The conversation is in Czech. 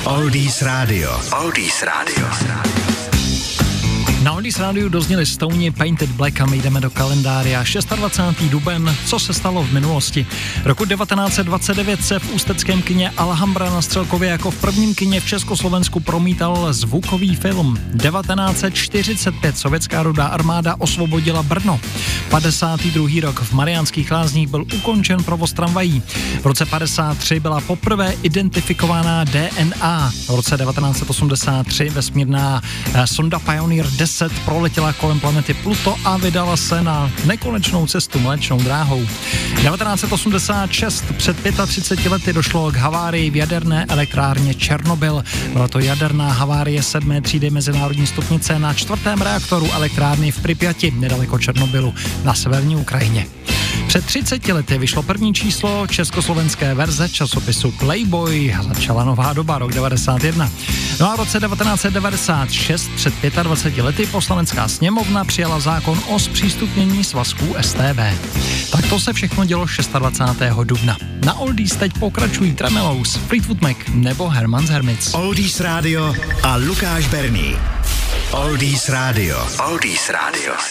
Oldies Radio. Oldies Radio. Na Oldies Rádiu dozněli Stoni, Painted Black a my jdeme do kalendária. 26. duben, co se stalo v minulosti. Roku 1929 se v ústeckém kině Alhambra na Střelkově jako v prvním kině v Československu promítal zvukový film. 1945 sovětská Rudá armáda osvobodila Brno. 52. rok v Mariánských Lázních byl ukončen provoz tramvají. V roce 53 byla poprvé identifikována DNA. V roce 1983 vesmírná sonda Pioneer 10 proletěla kolem planety Pluto a vydala se na nekonečnou cestu Mléčnou dráhou. 1986 před 35 lety došlo k havárii v jaderné elektrárně Černobyl. Byla to jaderná havárie 7. třídy mezinárodní stupnice na 4. reaktoru elektrárny v Pripyati, nedaleko Černobylu na severní Ukrajině. Před 30 lety vyšlo první číslo československé verze časopisu Playboy. Začala nová doba, rok 91. No a v roce 1996 před 25 lety Poslanecká sněmovna přijala zákon o zpřístupnění svazků STB. Tak to se všechno dělo 26. dubna. Na Oldies teď pokračují Tremelows, Fleetwood Mac nebo Herman's Hermits. Oldies Radio a Lukáš Berný. Oldies Radio. Oldies Radio.